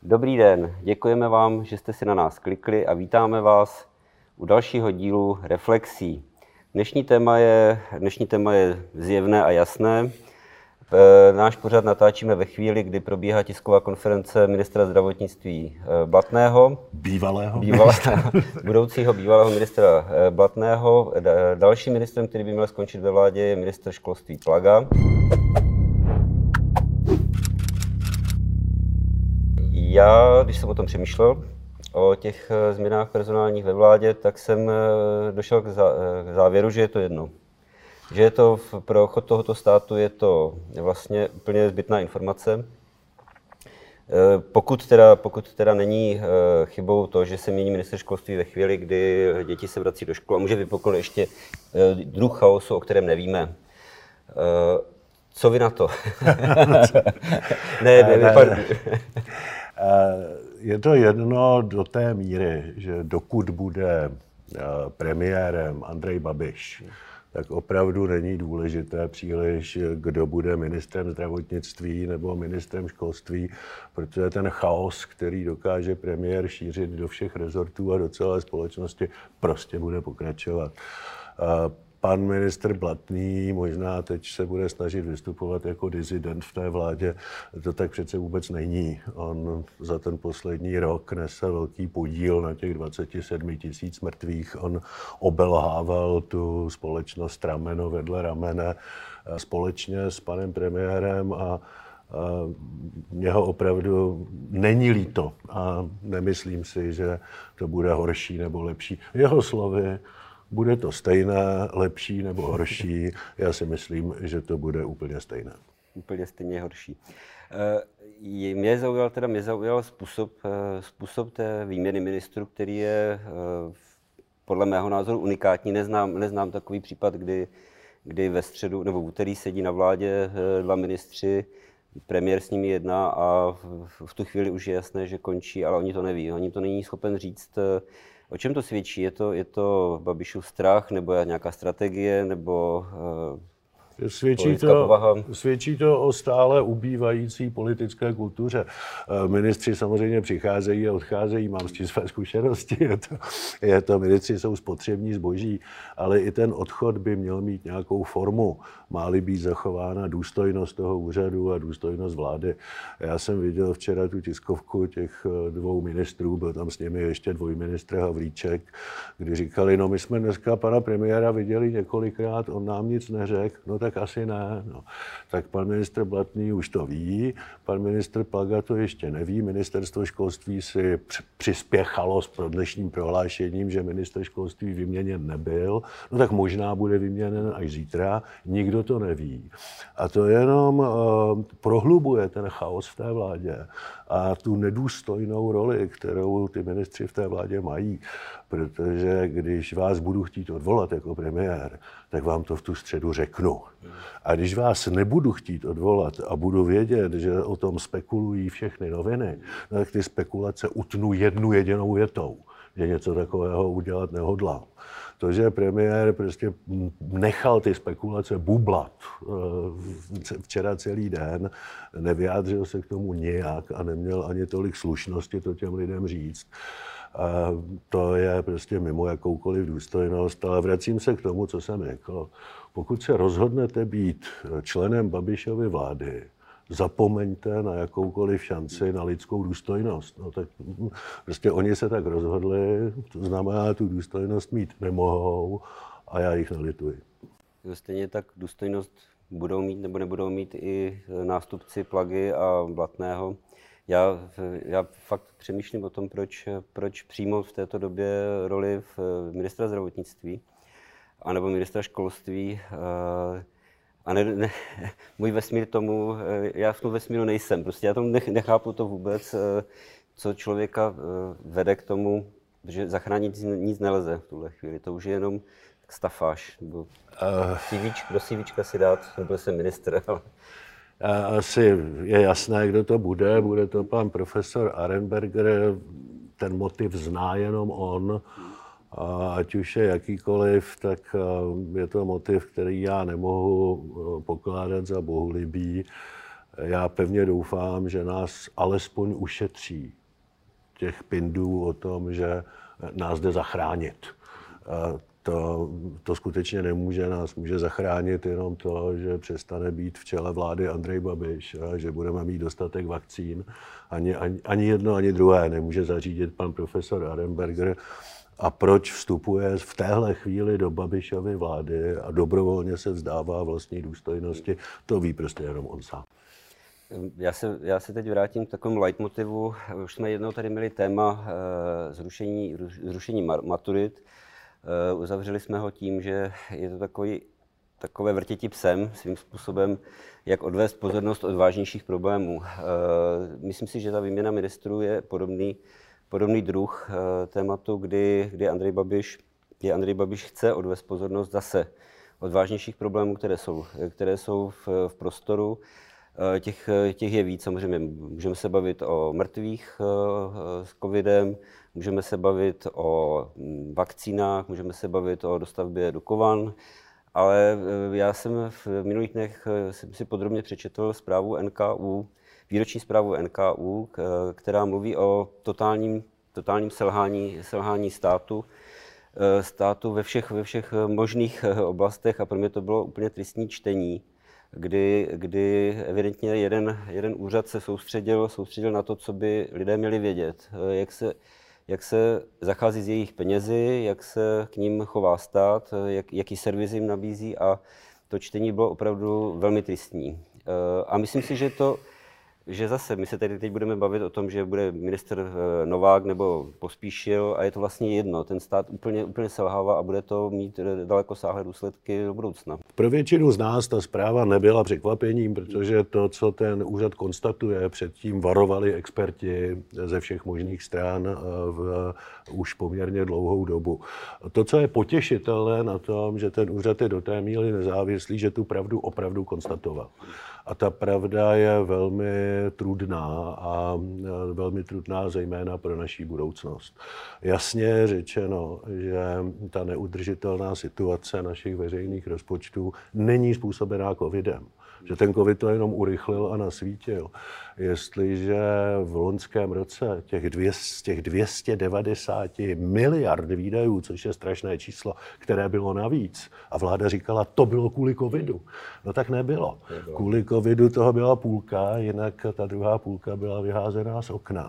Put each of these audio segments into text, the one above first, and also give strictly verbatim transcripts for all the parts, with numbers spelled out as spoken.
Dobrý den, děkujeme vám, že jste si na nás klikli a vítáme vás u dalšího dílu Reflexí. Dnešní téma je, dnešní téma je zjevné a jasné. Náš pořad natáčíme ve chvíli, kdy probíhá tisková konference ministra zdravotnictví Blatného. Bývalého. Bývalého budoucího bývalého ministra Blatného. Dalším ministrem, který by měl skončit ve vládě, je ministr školství Plaga. Já, když jsem o tom přemýšlel, o těch změnách personálních ve vládě, tak jsem došel k závěru, že je to jedno. Že je to pro chod tohoto státu je to vlastně úplně zbytná informace. Pokud teda, pokud teda není chybou to, že se mění ministr školství ve chvíli, kdy děti se vrací do školy a může vypuknout ještě druh chaosu, o kterém nevíme. Co vy na to? ne, ne, ne, ne. Je to jedno do té míry, že dokud bude premiérem Andrej Babiš, tak opravdu není důležité příliš, kdo bude ministrem zdravotnictví nebo ministrem školství, protože ten chaos, který dokáže premiér šířit do všech rezortů a do celé společnosti, prostě bude pokračovat. Pan ministr Blatný možná teď se bude snažit vystupovat jako disident v té vládě. To tak přece vůbec není. On za ten poslední rok nese velký podíl na těch dvacet sedm tisíc mrtvých. On obelhával tu společnost rameno vedle ramene společně s panem premiérem a mně ho opravdu není líto a nemyslím si, že to bude horší nebo lepší. Jeho slovy, bude to stejné, lepší nebo horší? Já si myslím, že to bude úplně stejné. Úplně stejně horší. Mě zaujal, teda mě zaujal způsob, způsob té výměny ministrů, který je podle mého názoru unikátní. Neznám, neznám takový případ, kdy, kdy ve středu nebo v úterý sedí na vládě dva ministři, premiér s nimi jedná a v, v tu chvíli už je jasné, že končí, ale oni to neví. Oni to není schopen říct. O čem to svědčí? Je to, je to Babišův strach, nebo je nějaká strategie, nebo uh, svědčí to, svědčí to o stále ubývající politické kultuře. Ministři samozřejmě přicházejí a odcházejí, mám s tím své zkušenosti. Je to, je to, ministři jsou spotřební zboží, ale i ten odchod by měl mít nějakou formu. Má-li být zachována důstojnost toho úřadu a důstojnost vlády. Já jsem viděl včera tu tiskovku těch dvou ministrů, byl tam s nimi ještě dvojministr Havlíček, kdy říkali, no my jsme dneska pana premiéra viděli několikrát, on nám nic neřekl, no tak asi ne. No. Tak pan ministr Blatný už to ví, pan ministr Plaga to ještě neví, ministerstvo školství si přispěchalo s dnešním prohlášením, že ministr školství vyměněn nebyl, no tak možná bude vyměněn až zítra, nikdo to neví. A to jenom uh, prohlubuje ten chaos v té vládě a tu nedůstojnou roli, kterou ty ministři v té vládě mají. Protože když vás budu chtít odvolat jako premiér, tak vám to v tu středu řeknu. A když vás nebudu chtít odvolat a budu vědět, že o tom spekulují všechny noviny, tak ty spekulace utnu jednu jedinou větou, že něco takového udělat nehodlám. To, že premiér prostě nechal ty spekulace bublat včera celý den, nevyjádřil se k tomu nijak a neměl ani tolik slušnosti to těm lidem říct. A to je prostě mimo jakoukoliv důstojnost, ale vracím se k tomu, co jsem řekl. Pokud se rozhodnete být členem Babišovy vlády, zapomeňte na jakoukoliv šanci na lidskou důstojnost. No tak prostě oni se tak rozhodli, to znamená, tu důstojnost mít nemohou a já jich nelituji. Stejně tak důstojnost budou mít nebo nebudou mít i nástupci Plagy a Blatného. Já, já fakt přemýšlím o tom, proč, proč přijmout v této době roli v ministra zdravotnictví anebo ministra školství. A ne, ne, můj vesmír tomu, já v tom vesmíru nejsem. Prostě já tomu nechápu to vůbec, co člověka vede k tomu, že zachránit nic nelze v tuhle chvíli. To už je jenom stafáž. Nebo do CVčka si dát, nebyl jsem ministr, ale... Asi je jasné, kdo to bude. Bude to pan profesor Arenberger. Ten motiv zná jenom on. A ať už je jakýkoliv, tak je to motiv, který já nemohu pokládat za bohulibý. Já pevně doufám, že nás alespoň ušetří těch pindů o tom, že nás jde zachránit. To, to skutečně nemůže, nás může zachránit jenom to, že přestane být v čele vlády Andrej Babiš a že budeme mít dostatek vakcín. Ani, ani, ani jedno, ani druhé nemůže zařídit pan profesor Arenberger. A proč vstupuje v téhle chvíli do Babišovy vlády a dobrovolně se vzdává vlastní důstojnosti, to ví prostě jenom on sám. Já se, já se teď vrátím k takovému leitmotivu. Už jsme jednou tady měli téma e, zrušení, zrušení maturit. E, uzavřeli jsme ho tím, že je to takový, takové vrtěti psem svým způsobem, jak odvést pozornost od vážnějších problémů. E, myslím si, že ta výměna ministrů je podobný, podobný druh e, tématu, kdy, kdy Andrej Babiš, kdy Andrej Babiš chce odvést pozornost zase od vážnějších problémů, které jsou, které jsou v, v prostoru. Těch, těch je víc, samozřejmě můžeme se bavit o mrtvých s covidem, můžeme se bavit o vakcínách, můžeme se bavit o dostavbě Dukovan, ale já jsem v minulých dnech jsem si podrobně přečetl zprávu N K U, výroční zprávu N K U, která mluví o totálním, totálním selhání, selhání státu, státu ve všech, ve všech možných oblastech a pro mě to bylo úplně tristní čtení. Kdy, kdy evidentně jeden, jeden úřad se soustředil, soustředil na to, co by lidé měli vědět, jak se, jak se zachází s jejich penězi, jak se k ním chová stát, jak, jaký servis jim nabízí a to čtení bylo opravdu velmi tristní. A myslím si, že to, že zase my se tady teď budeme bavit o tom, že bude ministr Novák nebo Pospíšil a je to vlastně jedno. Ten stát úplně, úplně selhává a bude to mít dalekosáhlé důsledky do budoucna. Pro většinu z nás ta zpráva nebyla překvapením, protože to, co ten úřad konstatuje, předtím varovali experti ze všech možných stran v už poměrně dlouhou dobu. To, co je potěšitelné na tom, že ten úřad je do té míry nezávislý, že tu pravdu opravdu konstatoval. A ta pravda je velmi trudná a velmi trudná zejména pro naší budoucnost. Jasně je řečeno, že ta neudržitelná situace našich veřejných rozpočtů není způsobená covidem. Že ten covid to jenom urychlil a nasvítil. Jestliže v loňském roce těch, dvě, z těch dvě stě devadesát miliard výdajů, což je strašné číslo, které bylo navíc, a vláda říkala, to bylo kvůli covidu. No tak nebylo. nebylo. Kvůli covidu toho byla půlka, jinak ta druhá půlka byla vyházená z okna.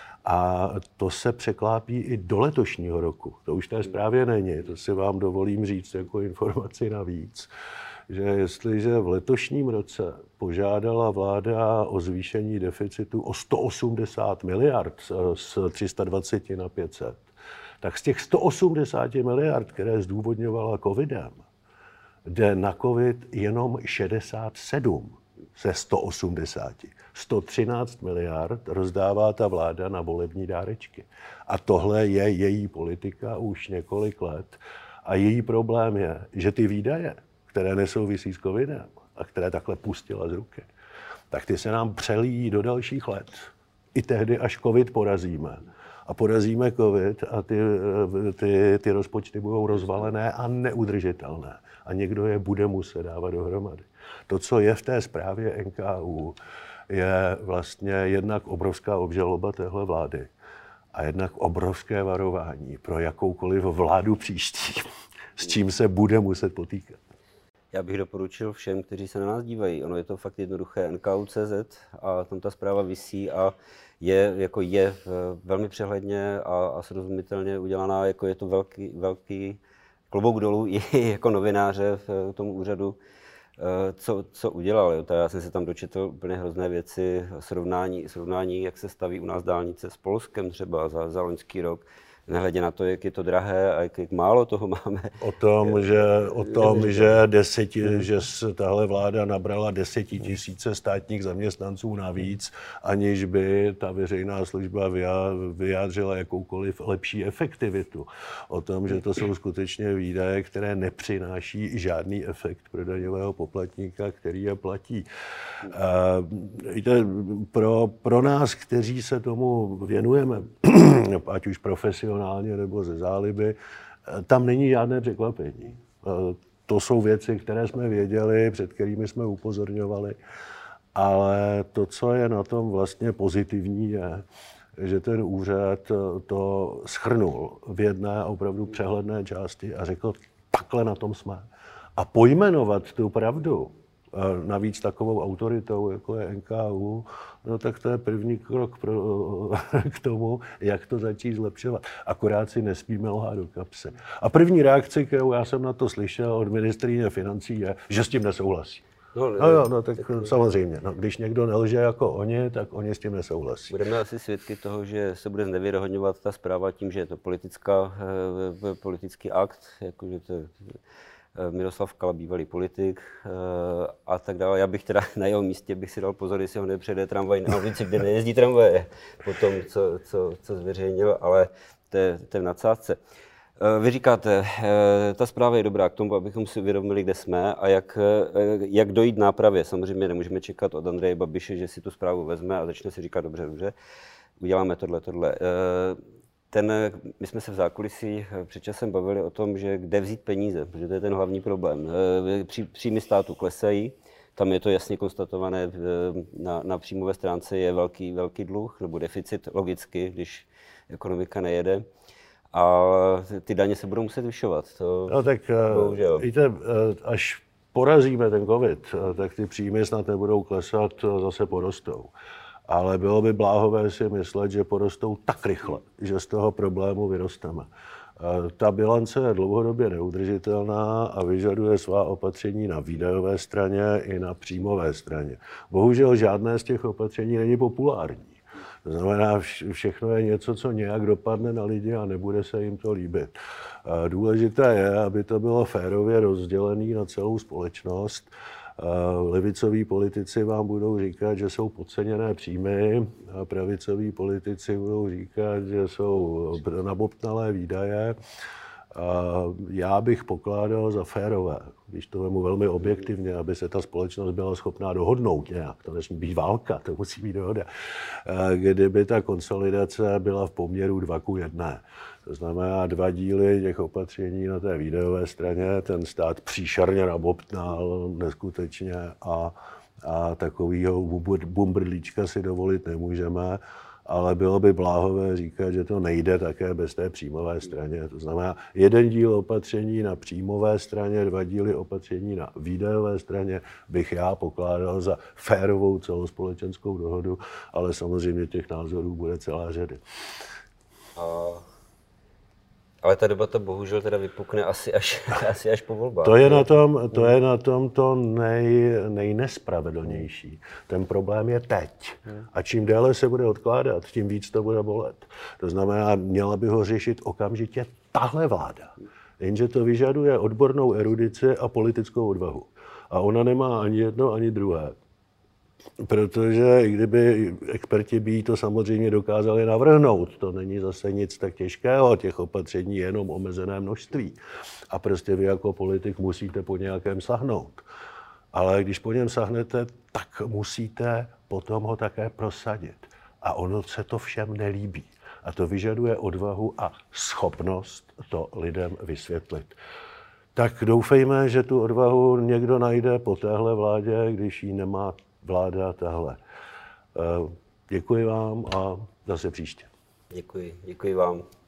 A to se překlápí i do letošního roku. To už té zprávě není, to si vám dovolím říct jako informaci navíc. Že jestliže v letošním roce požádala vláda o zvýšení deficitu o sto osmdesát miliard z tři sta dvacet na pět set, tak z těch sto osmdesát miliard, které zdůvodňovala covidem, jde na covid jenom šedesát sedm ze sto osmdesáti. sto třináct miliard rozdává ta vláda na volební dárečky. A tohle je její politika už několik let. A její problém je, že ty výdaje, které nesouvisí s covidem a které takhle pustila z ruky, tak ty se nám přelíjí do dalších let. I tehdy, až covid porazíme. A porazíme covid a ty, ty, ty rozpočty budou rozvalené a neudržitelné. A někdo je bude muset dávat dohromady. To, co je v té zprávě N K U, je vlastně jednak obrovská obžaloba téhle vlády a jednak obrovské varování pro jakoukoliv vládu příští, s čím se bude muset potýkat. Já bych doporučil všem, kteří se na nás dívají. Ono je to fakt jednoduché. N K U tečka cé zet a tam ta zpráva visí a je, jako je velmi přehledně a, a srozumitelně udělaná. Jako je to velký, velký klobouk dolů i jako novináře v tomu úřadu, co, co udělal. Jo. Já jsem se tam dočetl úplně hrozné věci, srovnání, srovnání, jak se staví u nás dálnice s Polskem třeba za, za loňský rok. Nehledě na to, jak je to drahé a jak, jak málo toho máme. O tom, že, o tom, že, deseti, že tahle vláda nabrala desetitisíce státních zaměstnanců navíc, aniž by ta veřejná služba vyjádřila jakoukoliv lepší efektivitu. O tom, že to jsou skutečně výdaje, které nepřináší žádný efekt pro daňového poplatníka, který je platí. A, víte, pro, pro nás, kteří se tomu věnujeme, ať už profesionálně, nebo ze záliby, tam není žádné překvapení. To jsou věci, které jsme věděli, před kterými jsme upozorňovali Ale to, co je na tom vlastně pozitivní, je, že ten úřad to shrnul v jedné opravdu přehledné části a řekl, takhle na tom jsme. A pojmenovat tu pravdu, navíc takovou autoritou, jako je N K U, no tak to je první krok pro, k tomu, jak to začít zlepšovat. Akorát si nesmíme lhát do kapsy. A první reakce, kterou já jsem na to slyšel od ministryně financí, je, že s tím nesouhlasí. No, no jo, no tak, tak samozřejmě. No, když někdo nelže jako oni, tak oni s tím nesouhlasí. Budeme asi svědky toho, že se bude znevěrohodňovat ta zpráva tím, že je to politická, politický akt, jakože to Miroslav Kala, bývalý politik a tak dále. Já bych teda na jeho místě bych si dal pozor, jestli ho nepřejede tramvaj na ulici, kde nejezdí tramvaje, po tom, co, co, co zveřejnil, ale to je, to je v nadsázce. Vy říkáte, ta zpráva je dobrá k tomu, abychom si uvědomili, kde jsme a jak, jak dojít nápravě. Samozřejmě nemůžeme čekat od Andreje Babiše, že si tu zprávu vezme a začne si říkat, dobře, dobře, uděláme tohle, tohle. Ten, my jsme se v zákulisí před časem bavili o tom, že kde vzít peníze, protože to je ten hlavní problém. Pří, příjmy státu klesají, tam je to jasně konstatované, na, na příjmové stránce je velký, velký dluh nebo deficit logicky, když ekonomika nejede. A ty daně se budou muset zvyšovat. To no tak bohužel. Víte, až porazíme ten covid, tak ty příjmy snad nebudou klesat, zase porostou. Ale bylo by bláhové si myslet, že porostou tak rychle, že z toho problému vyrosteme. Ta bilance je dlouhodobě neudržitelná a vyžaduje svá opatření na výdajové straně i na příjmové straně. Bohužel žádné z těch opatření není populární. To znamená, všechno je něco, co nějak dopadne na lidi a nebude se jim to líbit. Důležité je, aby to bylo férově rozdělené na celou společnost. Levicoví politici vám budou říkat, že jsou podceněné příjmy, a pravicoví politici budou říkat, že jsou nabobtnalé výdaje. Já bych pokládal za férové, když to vemu velmi objektivně, aby se ta společnost byla schopná dohodnout nějak. To nesmí být válka, to musí být dohoda. Kdyby ta konsolidace byla v poměru dva ku jedné. To znamená dva díly těch opatření na té výdajové straně, ten stát příšerně nabobtnal neskutečně a, a takovýho bumbrdlíčka si dovolit nemůžeme. Ale bylo by bláhové říkat, že to nejde také bez té příjmové straně. To znamená, jeden díl opatření na příjmové straně, dva díly opatření na výdajové straně bych já pokládal za férovou celospolečenskou dohodu, ale samozřejmě těch názorů bude celá řada. A... Ale ta debata bohužel teda vypukne asi až, asi až po volbách. To je na tom, to, je na tom to nej, nejnespravedlnější. Ten problém je teď. A čím déle se bude odkládat, tím víc to bude bolet. To znamená, měla by ho řešit okamžitě tahle vláda. Jenže to vyžaduje odbornou erudici a politickou odvahu. A ona nemá ani jedno, ani druhé. Protože i kdyby experti by to samozřejmě dokázali navrhnout, to není zase nic tak těžkého, těch opatření je jenom omezené množství. A prostě vy jako politik musíte po nějakém sahnout. Ale když po něm sahnete, tak musíte potom ho také prosadit. A ono se to všem nelíbí. A to vyžaduje odvahu a schopnost to lidem vysvětlit. Tak doufejme, že tu odvahu někdo najde po téhle vládě, když ji nemá vláda tahle. Děkuji vám a zase příště. Děkuji, děkuji vám.